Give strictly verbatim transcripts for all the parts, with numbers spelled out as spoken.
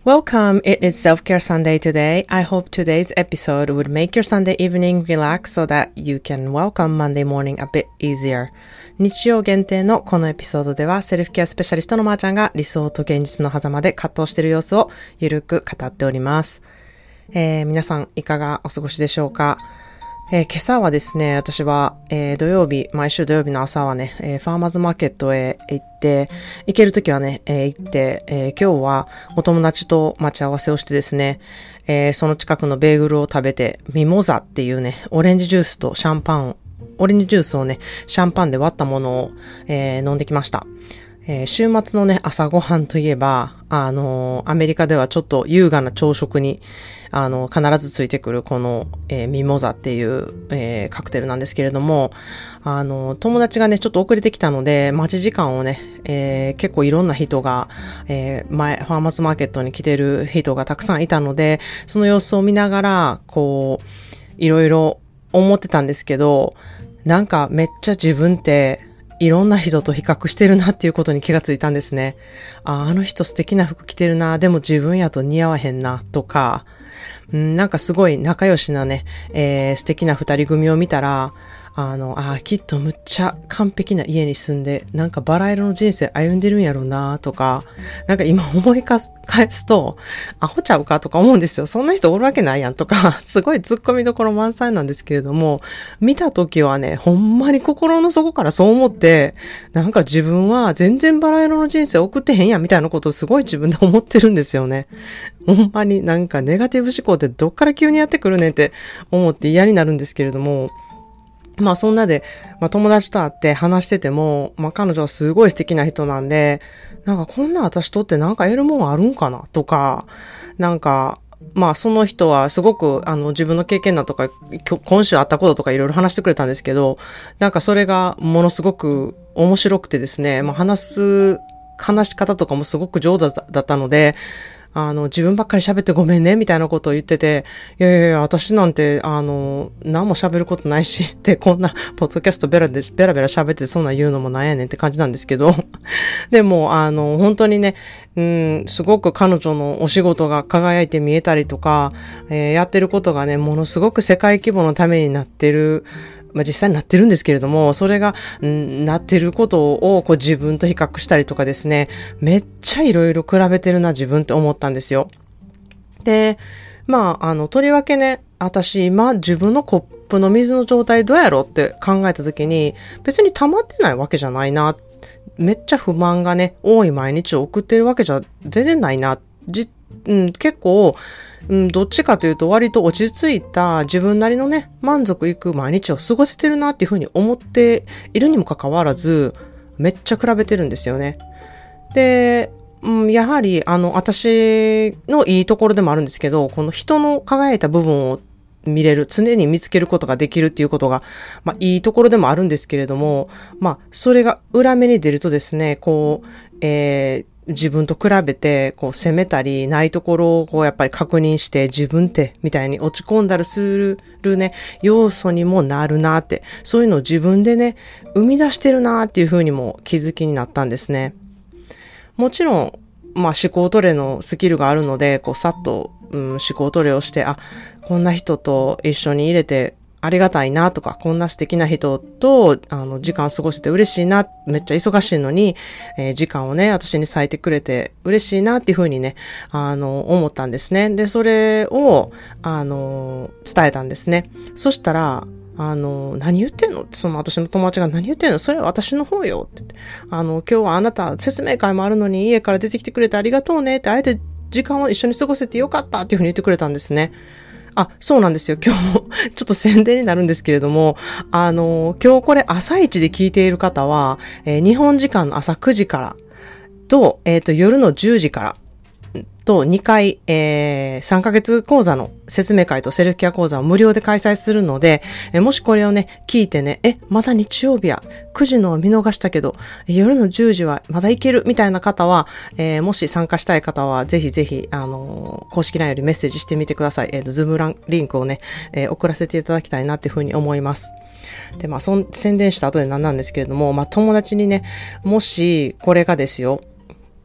Welcome, it is Self-Care Sunday today. I hope today's episode would make your Sunday evening relax so that you can welcome Monday morning a bit easier. 日曜限定のこのエピソードではセルフケアスペシャリストのまーちゃんが理想と現実の狭間で葛藤している様子をゆるく語っております。えー、皆さんいかがお過ごしでしょうか？えー、今朝はですね、私は、えー、土曜日、毎週土曜日の朝はね、えー、ファーマーズマーケットへ行って、行けるときはね、えー、行って、えー、今日はお友達と待ち合わせをしてですね、えー、その近くのベーグルを食べて、ミモザっていうね、オレンジジュースとシャンパンを、オレンジジュースをね、シャンパンで割ったものを、えー、飲んできました。えー、週末のね、朝ごはんといえば、あのー、アメリカではちょっと優雅な朝食に、あのー、必ずついてくるこの、えー、ミモザっていう、えー、カクテルなんですけれども、あのー、友達がね、ちょっと遅れてきたので、待ち時間をね、えー、結構いろんな人が、えー、前、ファーマーズマーケットに来てる人がたくさんいたので、その様子を見ながら、こう、いろいろ思ってたんですけど、なんかめっちゃ自分って、いろんな人と比較してるなっていうことに気がついたんですね。あ、あの人素敵な服着てるな、でも自分やと似合わへんな、とか、んなんかすごい仲良しなね、えー、素敵な二人組を見たら、あの、あ、きっとむっちゃ完璧な家に住んで、なんかバラ色の人生歩んでるんやろうな、とか、なんか今思い返すと、アホちゃうかとか思うんですよ。そんな人おるわけないやんとか、すごい突っ込みどころ満載なんですけれども、見たときはね、ほんまに心の底からそう思って、なんか自分は全然バラ色の人生送ってへんやんみたいなことをすごい自分で思ってるんですよね。ほんまになんかネガティブ思考ってどっから急にやってくるねんって思って嫌になるんですけれども、まあそんなで、まあ友達と会って話してても、まあ彼女はすごい素敵な人なんで、なんかこんな私とってなんか得るもんあるんかなとか、なんか、まあその人はすごくあの自分の経験談とか、今週あったこととかいろいろ話してくれたんですけど、なんかそれがものすごく面白くてですね、まあ話す、話し方とかもすごく上手だったので、あの、自分ばっかり喋ってごめんね、みたいなことを言ってて、いやいやいや、私なんて、あの、何も喋ることないし、って、こんな、ポッドキャストベラで、ベラベラ喋ってそんな言うのもなんやねんって感じなんですけど、でも、あの、本当にね、うん、すごく彼女のお仕事が輝いて見えたりとか、えー、やってることがね、ものすごく世界規模のためになってる、まあ、実際になってるんですけれども、それが、んなってることをこう自分と比較したりとかですね、めっちゃいろいろ比べてるな自分って思ったんですよ。で、まあ、あの、とりわけね、私今自分のコップの水の状態どうやろうって考えたときに、別に溜まってないわけじゃないな。めっちゃ不満がね、多い毎日を送ってるわけじゃ全然ないな。じ、うん、結構、うん、どっちかというと割と落ち着いた自分なりのね、満足いく毎日を過ごせてるなっていうふうに思っているにもかかわらず、めっちゃ比べてるんですよね。で、うん、やはり、あの、私のいいところでもあるんですけど、この人の輝いた部分を見れる、常に見つけることができるっていうことが、まあ、いいところでもあるんですけれども、まあ、それが裏目に出るとですね、こう、えー、自分と比べて、こう、責めたり、ないところを、こう、やっぱり確認して、自分って、みたいに落ち込んだりするね、要素にもなるなって、そういうのを自分でね、生み出してるなっていうふうにも気づきになったんですね。もちろん、まあ、思考トレのスキルがあるので、こう、さっと、うん、思考トレをして、あ、こんな人と一緒に入れて、ありがたいなとか、こんな素敵な人と、あの、時間過ごせて嬉しいな、めっちゃ忙しいのに、えー、時間をね、私に割いてくれて嬉しいなっていうふうにね、あの、思ったんですね。で、それを、あの、伝えたんですね。そしたら、あの、何言ってんのって、その私の友達が何言ってんのそれは私の方よって言って。あの、今日はあなた説明会もあるのに家から出てきてくれてありがとうねって、あえて時間を一緒に過ごせてよかったっていうふうに言ってくれたんですね。あ、そうなんですよ。今日もちょっと宣伝になるんですけれども、あの、今日これ朝一で聞いている方は、えー、日本時間の朝くじからと、えっと、夜のじゅうじからとにかい、えー、さんかげつ講座の説明会とセルフケア講座を無料で開催するので、えー、もしこれをね、聞いてね、え、まだ日曜日や、くじの見逃したけど、夜のじゅうじはまだいけるみたいな方は、えー、もし参加したい方は、ぜひぜひ、あのー、公式 ライン よりメッセージしてみてください。えっと、ズームリンクをね、えー、送らせていただきたいなっていうふうに思います。で、まあ、そん、宣伝した後でなんなんですけれども、まあ、友達にね、もし、これがですよ、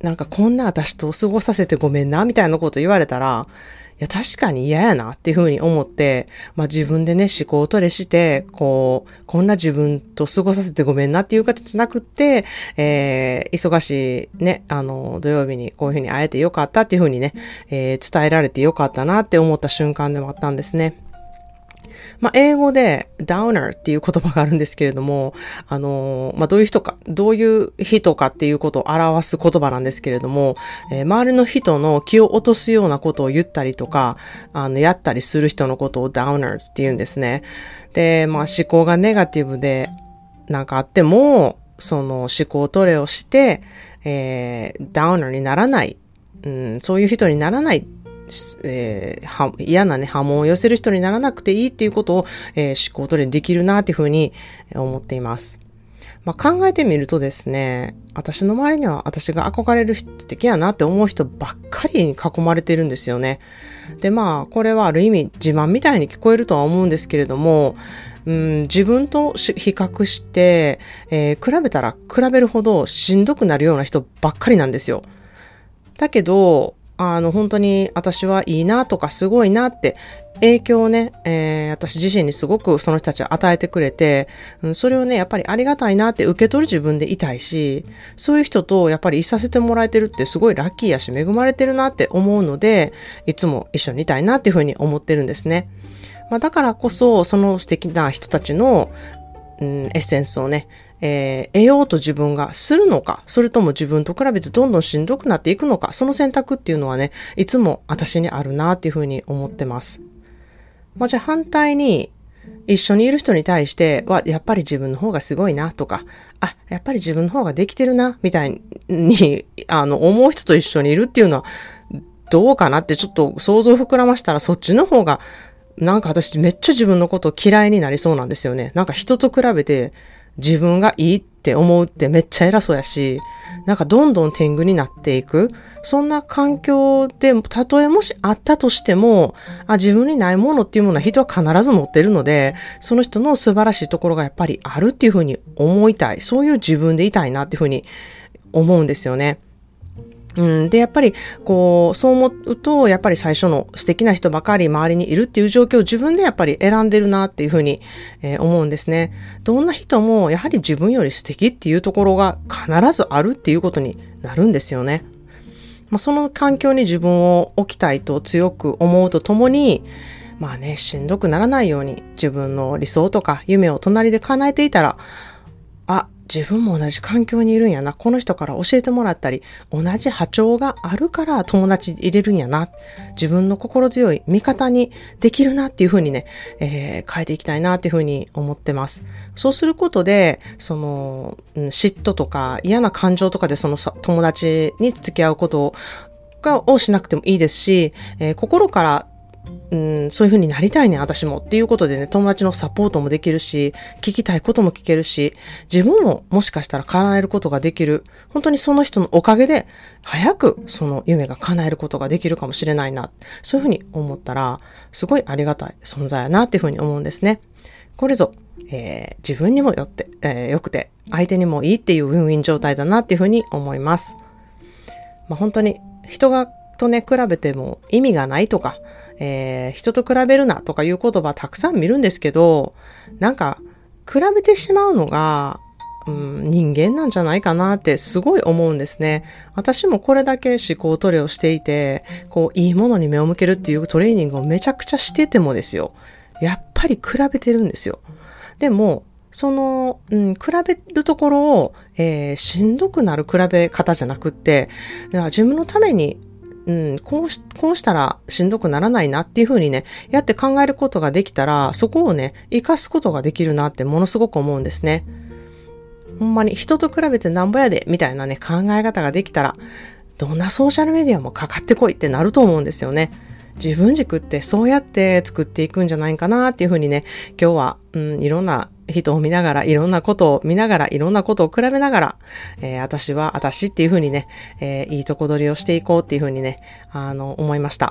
なんかこんな私と過ごさせてごめんな、みたいなこと言われたら、いや、確かに嫌やなっていうふうに思って、まあ自分でね、思考トレして、こう、こんな自分と過ごさせてごめんなっていう形じゃなくって、えー、忙しいね、あの、土曜日にこういうふうに会えてよかったっていうふうにね、えー、伝えられてよかったなって思った瞬間でもあったんですね。まあ、英語で downer っていう言葉があるんですけれども、あのー、まあ、どういう人か、どういう人かっていうことを表す言葉なんですけれども、えー、周りの人の気を落とすようなことを言ったりとか、あの、やったりする人のことを downers って言うんですね。で、まあ、思考がネガティブでなんかあっても、その思考トレをして、えー、downer にならない、うん、そういう人にならない、えー、は嫌なね、波紋を寄せる人にならなくていいっていうことを、えー、思考トレできるなっていうふうに思っています。まあ、考えてみるとですね、私の周りには私が憧れる人、素敵やなって思う人ばっかりに囲まれてるんですよね。で、まあ、これはある意味自慢みたいに聞こえるとは思うんですけれども、うん、自分と比較して、えー、比べたら比べるほどしんどくなるような人ばっかりなんですよ。だけど、あの、本当に私はいいなとかすごいなって影響をね、えー、私自身にすごくその人たちは与えてくれて、うん、それをね、やっぱりありがたいなって受け取る自分でいたいし、そういう人とやっぱりいさせてもらえてるってすごいラッキーやし恵まれてるなって思うので、いつも一緒にいたいなっていうふうに思ってるんですね。まあ、だからこそ、その素敵な人たちの、うん、エッセンスをね、えー、得ようと自分がするのか、それとも自分と比べてどんどんしんどくなっていくのか、その選択っていうのはね、いつも私にあるなっていうふうに思ってます。まあ、じゃあ反対に、一緒にいる人に対しては、やっぱり自分の方がすごいなとか、あ、やっぱり自分の方ができてるな、みたいに、あの、思う人と一緒にいるっていうのは、どうかなってちょっと想像を膨らましたら、そっちの方が、なんか私めっちゃ自分のこと嫌いになりそうなんですよね。なんか人と比べて、自分がいいって思うってめっちゃ偉そうやし、なんかどんどん天狗になっていく。そんな環境で、たとえもしあったとしても、あ、自分にないものっていうものは人は必ず持ってるので、その人の素晴らしいところがやっぱりあるっていうふうに思いたい。そういう自分でいたいなっていうふうに思うんですよね。うん、で、やっぱり、こう、そう思うと、やっぱり最初の素敵な人ばかり周りにいるっていう状況を自分でやっぱり選んでるなっていうふうに、えー、思うんですね。どんな人も、やはり自分より素敵っていうところが必ずあるっていうことになるんですよね。まあ、その環境に自分を置きたいと強く思うとともに、まあね、しんどくならないように自分の理想とか夢を隣で叶えていたら、あ、自分も同じ環境にいるんやな。この人から教えてもらったり、同じ波長があるから友達入れるんやな。自分の心強い味方にできるなっていうふうにね、えー、変えていきたいなっていうふうに思ってます。そうすることで、その、嫉妬とか嫌な感情とかでその友達に付き合うことをしなくてもいいですし、えー、心からうん、そういう風になりたいね、私もっていうことでね、友達のサポートもできるし、聞きたいことも聞けるし、自分ももしかしたら叶えることができる。本当にその人のおかげで、早くその夢が叶えることができるかもしれないな。そういう風に思ったら、すごいありがたい存在やなっていう風に思うんですね。これぞ、えー、自分にもよって、えー、よくて、相手にもいいっていうウィンウィン状態だなっていう風に思います。まあ、本当に人がとね、比べても意味がないとか、えー、人と比べるなとかいう言葉たくさん見るんですけど、なんか比べてしまうのが、うん、人間なんじゃないかなってすごい思うんですね。私もこれだけ思考トレをしていて、こういいものに目を向けるっていうトレーニングをめちゃくちゃしててもですよ。やっぱり比べてるんですよ。でも、その、うん、比べるところを、えー、しんどくなる比べ方じゃなくって、だから自分のためにうん、こうし、こうしたらしんどくならないなっていう風にね、やって考えることができたら、そこをね、活かすことができるなってものすごく思うんですね。ほんまに人と比べてなんぼやで、みたいなね、考え方ができたら、どんなソーシャルメディアもかかってこいってなると思うんですよね。自分軸ってそうやって作っていくんじゃないかなっていう風にね、今日は、うん、いろんな人を見ながら、いろんなことを見ながら、いろんなことを比べながら、えー、私は私っていう風にね、えー、いいとこ取りをしていこうっていう風にね、あの、思いました。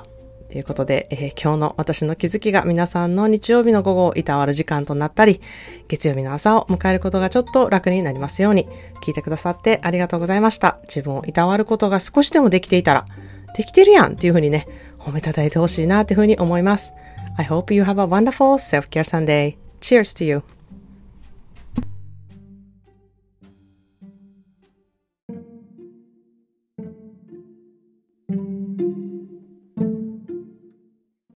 ということで、えー、今日の私の気づきが皆さんの日曜日の午後をいたわる時間となったり、月曜日の朝を迎えることがちょっと楽になりますように、聞いてくださってありがとうございました。自分をいたわることが少しでもできていたら、できてるやんっていうふうにね、褒めたたえてほしいなっていうふうに思います。I hope you have a wonderful self-care Sunday. Cheers to you!